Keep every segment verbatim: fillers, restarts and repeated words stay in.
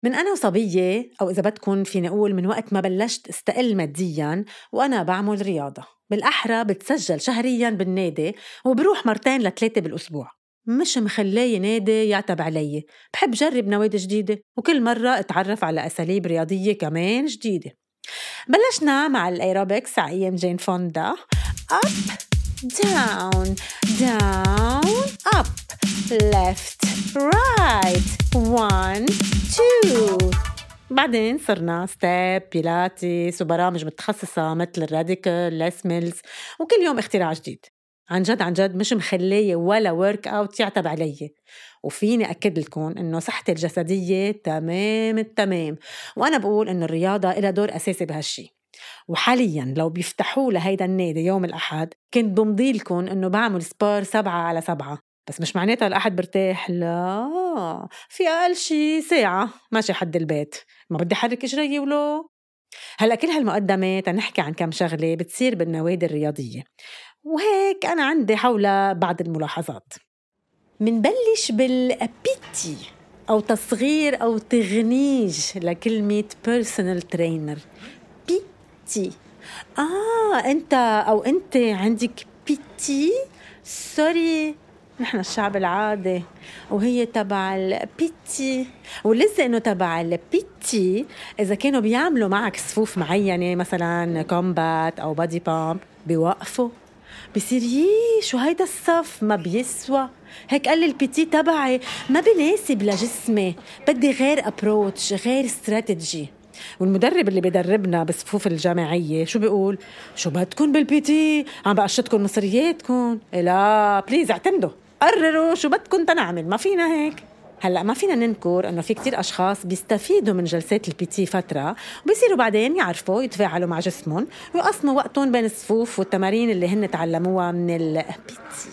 من أنا وصبية، أو إذا بدكن فيني أقول من وقت ما بلشت استقل مادياً وأنا بعمل رياضة، بالأحرى بتسجل شهرياً بالنادي وبروح مرتين لثلاثة بالأسبوع. مش مخلية نادي يعتب علي، بحب جرب نوادي جديدة وكل مرة اتعرف على أساليب رياضية كمان جديدة. بلشنا مع الأيروبكس على أيام جين فوندا. up down down up left right one two. بعدين صرنا ستيب بيلاتيس وبرامج متخصصة مثل الراديكال ليس ميلز، وكل يوم اختراع جديد. عن جد عن جد مش مخلية ولا ورك اوت يعتب علي، وفيني أكد لكم إنه صحتي الجسدية تمام التمام، وأنا بقول إنه الرياضة إلها دور أساسي بهالشي. وحالياً لو بيفتحوا لهيدا النادي يوم الأحد كنت بمضي لكم إنه بعمل سبار سبعة على سبعة، بس مش معناتها الأحد برتاح، لا، في أقل شي ساعة ماشي حد البيت، ما بدي حرك إجري ولو. هلأ كل هالمقدمات نحكي عن كم شغلة بتصير بالنوادي الرياضية، وهيك أنا عندي حول بعض الملاحظات. منبلش بالبيتي أو تصغير أو تغنيج لكلمة personal trainer. بيتي آه أنت أو أنت عندك بيتي؟ سوري، نحن الشعب العادي وهي تبع البيتي، ولسه إنه تبع البيتي إذا كانوا بيعملوا معك صفوف معينة مثلا كومبات أو بادي بامب بيوقفوا بصير يي شو هيدا الصف ما بيسوى، هيك قال البيتي تبعي ما بناسب لجسمي، بدي غير أبروتش غير استراتيجي. والمدرب اللي بيدربنا بصفوف الجامعية شو بيقول؟ شو بدكن بالبيتي؟ عم بقشطكن مصرياتكن؟ لا بليز اعتمدوا، قرروا شو بدكن تنعمل، ما فينا هيك. هلأ ما فينا ننكر أنه في كتير أشخاص بيستفيدوا من جلسات البيتي فترة وبيصيروا بعدين يعرفوا يتفاعلوا مع جسمهم ويقسموا وقتهم بين الصفوف والتمارين اللي هن تعلموها من البيتي.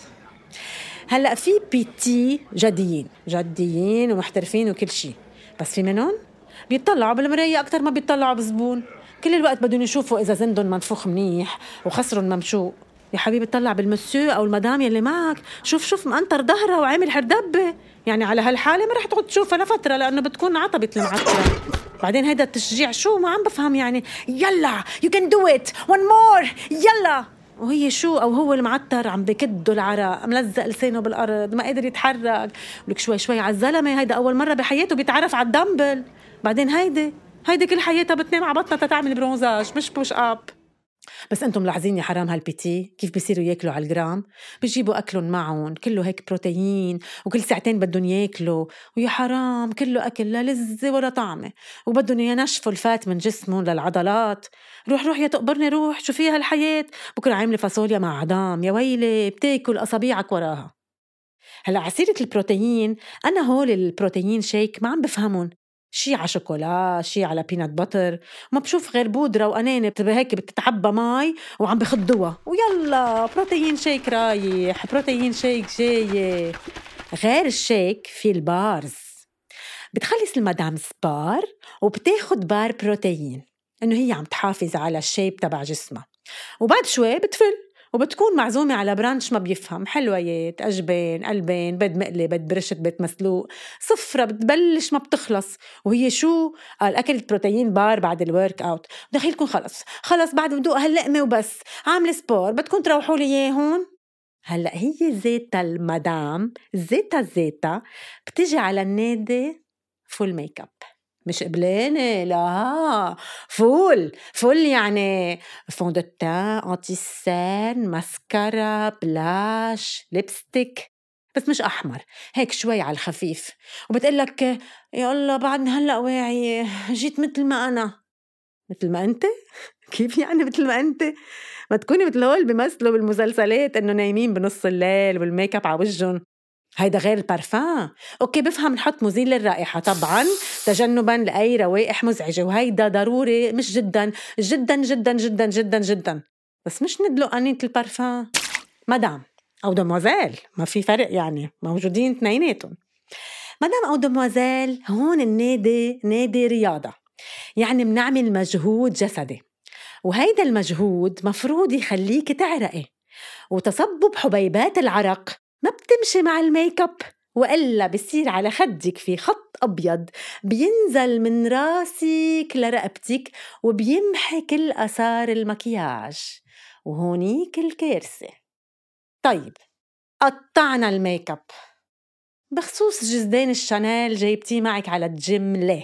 هلأ في بيتي جديين جديين ومحترفين وكل شيء، بس في منهم بيطلعوا بالمراية أكتر ما بيطلعوا بزبون، كل الوقت بدون يشوفوا إذا زندهم منفوخ منيح وخسرهم ممشوق. يا حبيبي طلع بالمسيو أو المدام يلي معك، شوف شوف مقنطر ظهرها وعامل حردبة، يعني على هالحالة ما رح تقعد تشوفها لفترة لأنه بتكون عطبت المعطرة. بعدين هيدا التشجيع شو ما عم بفهم، يعني يلا you can do it one more يلا، وهي شو أو هو المعطر عم بكدوا العرق ملزق لسانه بالأرض ما قادر يتحرك، ولك شوي شوي على الزلمة هيدا أول مرة بحياته بيتعرف على الدمبل، بعدين هيدي هيدي كل حياتها بتنام على بطنها تتعمل برونزاج مش بوش أب. بس أنتم ملاحظين يا حرام هالبيتي كيف بيصيروا ياكلوا على الجرام؟ بيجيبوا أكلهم معهم كله هيك بروتين وكل ساعتين بدهم ياكلوا، ويا حرام كله أكل لا لذة ولا طعمة، وبدهم ينشفوا الفات من جسمهم للعضلات. روح روح يا تقبرني روح، شو فيها الحياة؟ بكرة عاملة فاصوليا مع عظام، يا ويلي بتاكل أصابيعك وراها. هلأ عسيرة البروتين، أنا هول البروتين شيك ما عم بفهمون، شي على شوكولا شي على بينات باتر، ما بشوف غير بودرة وأنانة هيك بتتعبى ماي وعم بخدوها ويلا بروتين شيك رايح بروتين شيك جاي. غير الشيك في البارز، بتخلص المدام سبار وبتاخد بار بروتين إنه هي عم تحافظ على الشيب تبع جسمها، وبعد شوي بتفل وبتكون معزومة على برانش ما بيفهم، حلويات أجبان قلبين بيض مقلي بيض برشت بيض مسلوق، صفرة بتبلش ما بتخلص، وهي شو قال أكلت بروتين بار بعد الورك أوت، دخيلكم خلص خلص بعد بدوق هاللقمة وبس عامل سبور بدكم تروحوا لي إياهون. هلأ هي زيتا المدام زيتا زيتا بتجي على النادي فول ميك اب، مش قبلانة لا فول فول، يعني فون دو تان انتي سان ماسكارا بلاش ليبستيك، بس مش أحمر هيك شوي على الخفيف، وبتقلك يا الله بعدني هلأ واعي جيت مثل ما أنا. مثل ما أنت؟ كيف يعني مثل ما أنت؟ ما تكوني مثل هول بيمثلوا بالمسلسلات إنه نايمين بنص الليل والميك اب على وجهن، هيدا غير البارفان. أوكي بفهم نحط مزيل للرائحة طبعاً تجنباً لأي روائح مزعجة، وهيدا ضروري مش جداً جداً جداً جداً جداً جداً، بس مش ندلق أنية البارفان. مدام أو دموزيل ما في فرق، يعني موجودين اثنيناتهم. مدام أو دموزيل هون النادي نادي رياضة، يعني منعمل مجهود جسدي، وهيدا المجهود مفروض يخليك تعرقي، وتصبب حبيبات العرق ما بتمشي مع الميك اب وإلا بصير على خدك في خط أبيض بينزل من راسك لرقبتك وبيمحي كل أثار المكياج، وهونيك الكارثة. طيب قطعنا الميك اب. بخصوص جزدان الشانيل جايبتيه معك على الجيم ليه؟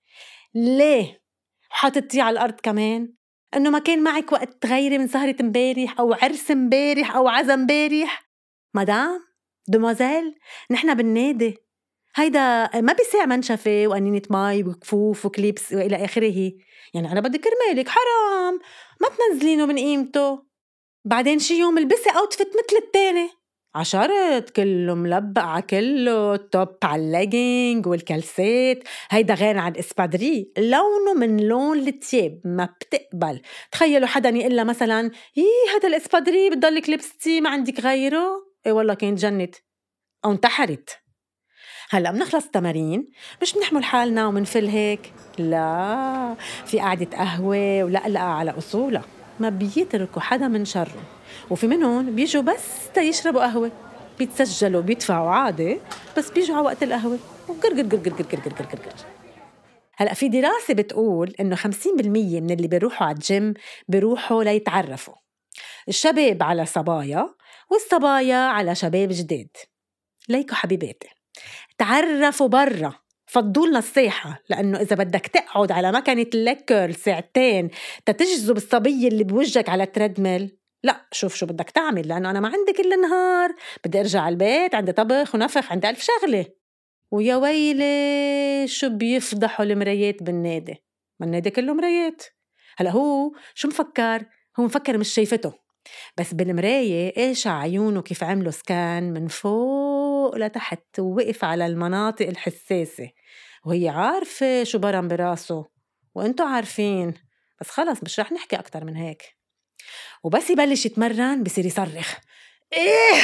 ليه؟ وحاطتيه على الأرض كمان؟ إنه ما كان معك وقت تغيري من سهرة مبارح أو عرس مبارح أو عزا مبارح؟ مدام دومازيل، نحنا بالنادي، هيدا ما بيساع منشفة وقنينة ماي وكفوف وكليبس وإلى آخره. يعني أنا بدي كرمالك، حرام ما تنزلينه من قيمته. بعدين شي يوم البسي أوتفت مثل التاني، عشرت كله ملبق ع كله، التوب على اللاجينج والكالسات، هيدا غير عن اسبادري لونه من لون التياب ما بتقبل. تخيلوا حدا يقول مثلا يي هذا الاسبادري بتضلك لبستي ما عندك غيره، اي والله كانت جنت او انتحرت. هلا بنخلص تمارين مش بنحمل حالنا ومنفل هيك، لا، في قعدة قهوة ولقلقة على أصولها، ما بيتركوا حدا من شره، وفي منهم بيجوا بس تيشربوا قهوة، بيتسجلوا بيدفعوا عادي بس بيجوا على وقت القهوة وقرقر قرقر قرقر قرقر قرقر. هلأ في دراسة بتقول إنه خمسين بالمية من اللي بيروحوا على الجيم بيروحوا ليتعرفوا، الشباب على صبايا والصبايا على شباب جديد. ليكوا حبيباتي تعرفوا برا، فضولنا الساحة، لأنه إذا بدك تقعد على مكنة الليكر ساعتين تتجذب الصبية اللي بوجهك على التريدميل، لا، شوف شو بدك تعمل، لأنه أنا ما عندي كل النهار، بدي أرجع على البيت، عندي طبخ ونفخ، عندي ألف شغلة. ويا ويلي شو بيفضحوا المرايات بالنادي، ما النادي كله مرايات. هلأ هو شو مفكر؟ هو مفكر مش شايفته، بس بالمراية إيش عيونه كيف عملوا سكان من فوق لتحت ووقف على المناطق الحساسة، وهي عارفة شو برم براسه وإنتو عارفين، بس خلص مش رح نحكي أكتر من هيك. وبس يبلش يتمرن بصير يصرخ إيه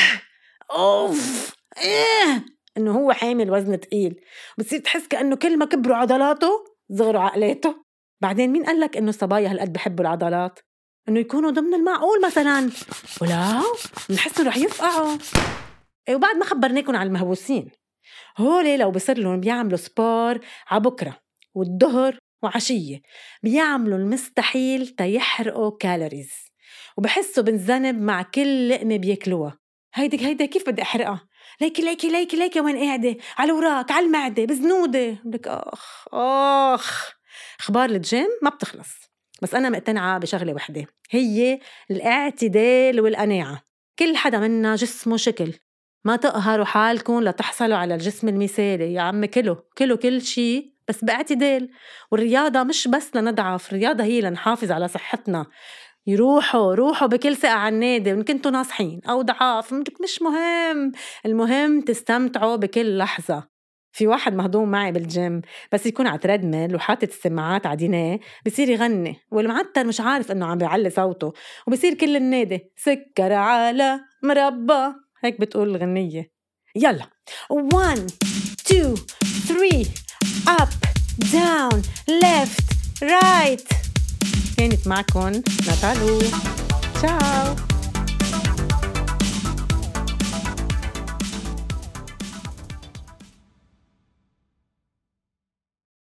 أوف إيه إنه هو حامل وزن تقيل، بتصير تحس كأنه كل ما كبروا عضلاته صغروا عقلاته. بعدين مين قالك إنه الصبايا هالقد بحبوا العضلات؟ إنه يكونوا ضمن المعقول مثلاً، ولا نحسوا رح يفقعوا. وبعد ما خبرناكم على المهووسين، هولي لو بصير لهم بيعملوا سبور عبكرة والظهر وعشية بيعملوا المستحيل تيحرقوا كالوريز، وبحسوا بنذنب مع كل لقمة بياكلوها. هيدي هيدي كيف بدي أحرقها؟ ليكي ليكي ليكي ليكي وين قاعدة؟ على وراك، على المعدة، بزنودة. بدك آخ آخ. أخبار الجيم ما بتخلص، بس أنا مقتنعة بشغلة وحدة، هي الاعتدال والقناعة. كل حدا منا جسمه شكل، ما تقهروا حالكم لتحصلوا على الجسم المثالي. يا عم كله كله كل شيء بس باعتدال. والرياضة مش بس لنضعف، الرياضة هي لنحافظ على صحتنا. يروحوا روحوا بكل ثقة على النادي، وإن كنتوا ناصحين أو ضعاف مش مهم، المهم تستمتعوا بكل لحظة. في واحد مهضوم معي بالجيم بس يكون على تريدميل وحاطط السماعات عديناه بصير يغني، والمعتر مش عارف إنه عم بيعلي صوته، وبصير كل النادي سكر على مربى، هيك بتقول الغنية. يلا one two three up down left right. كانت معكم ناتالو، تشاو.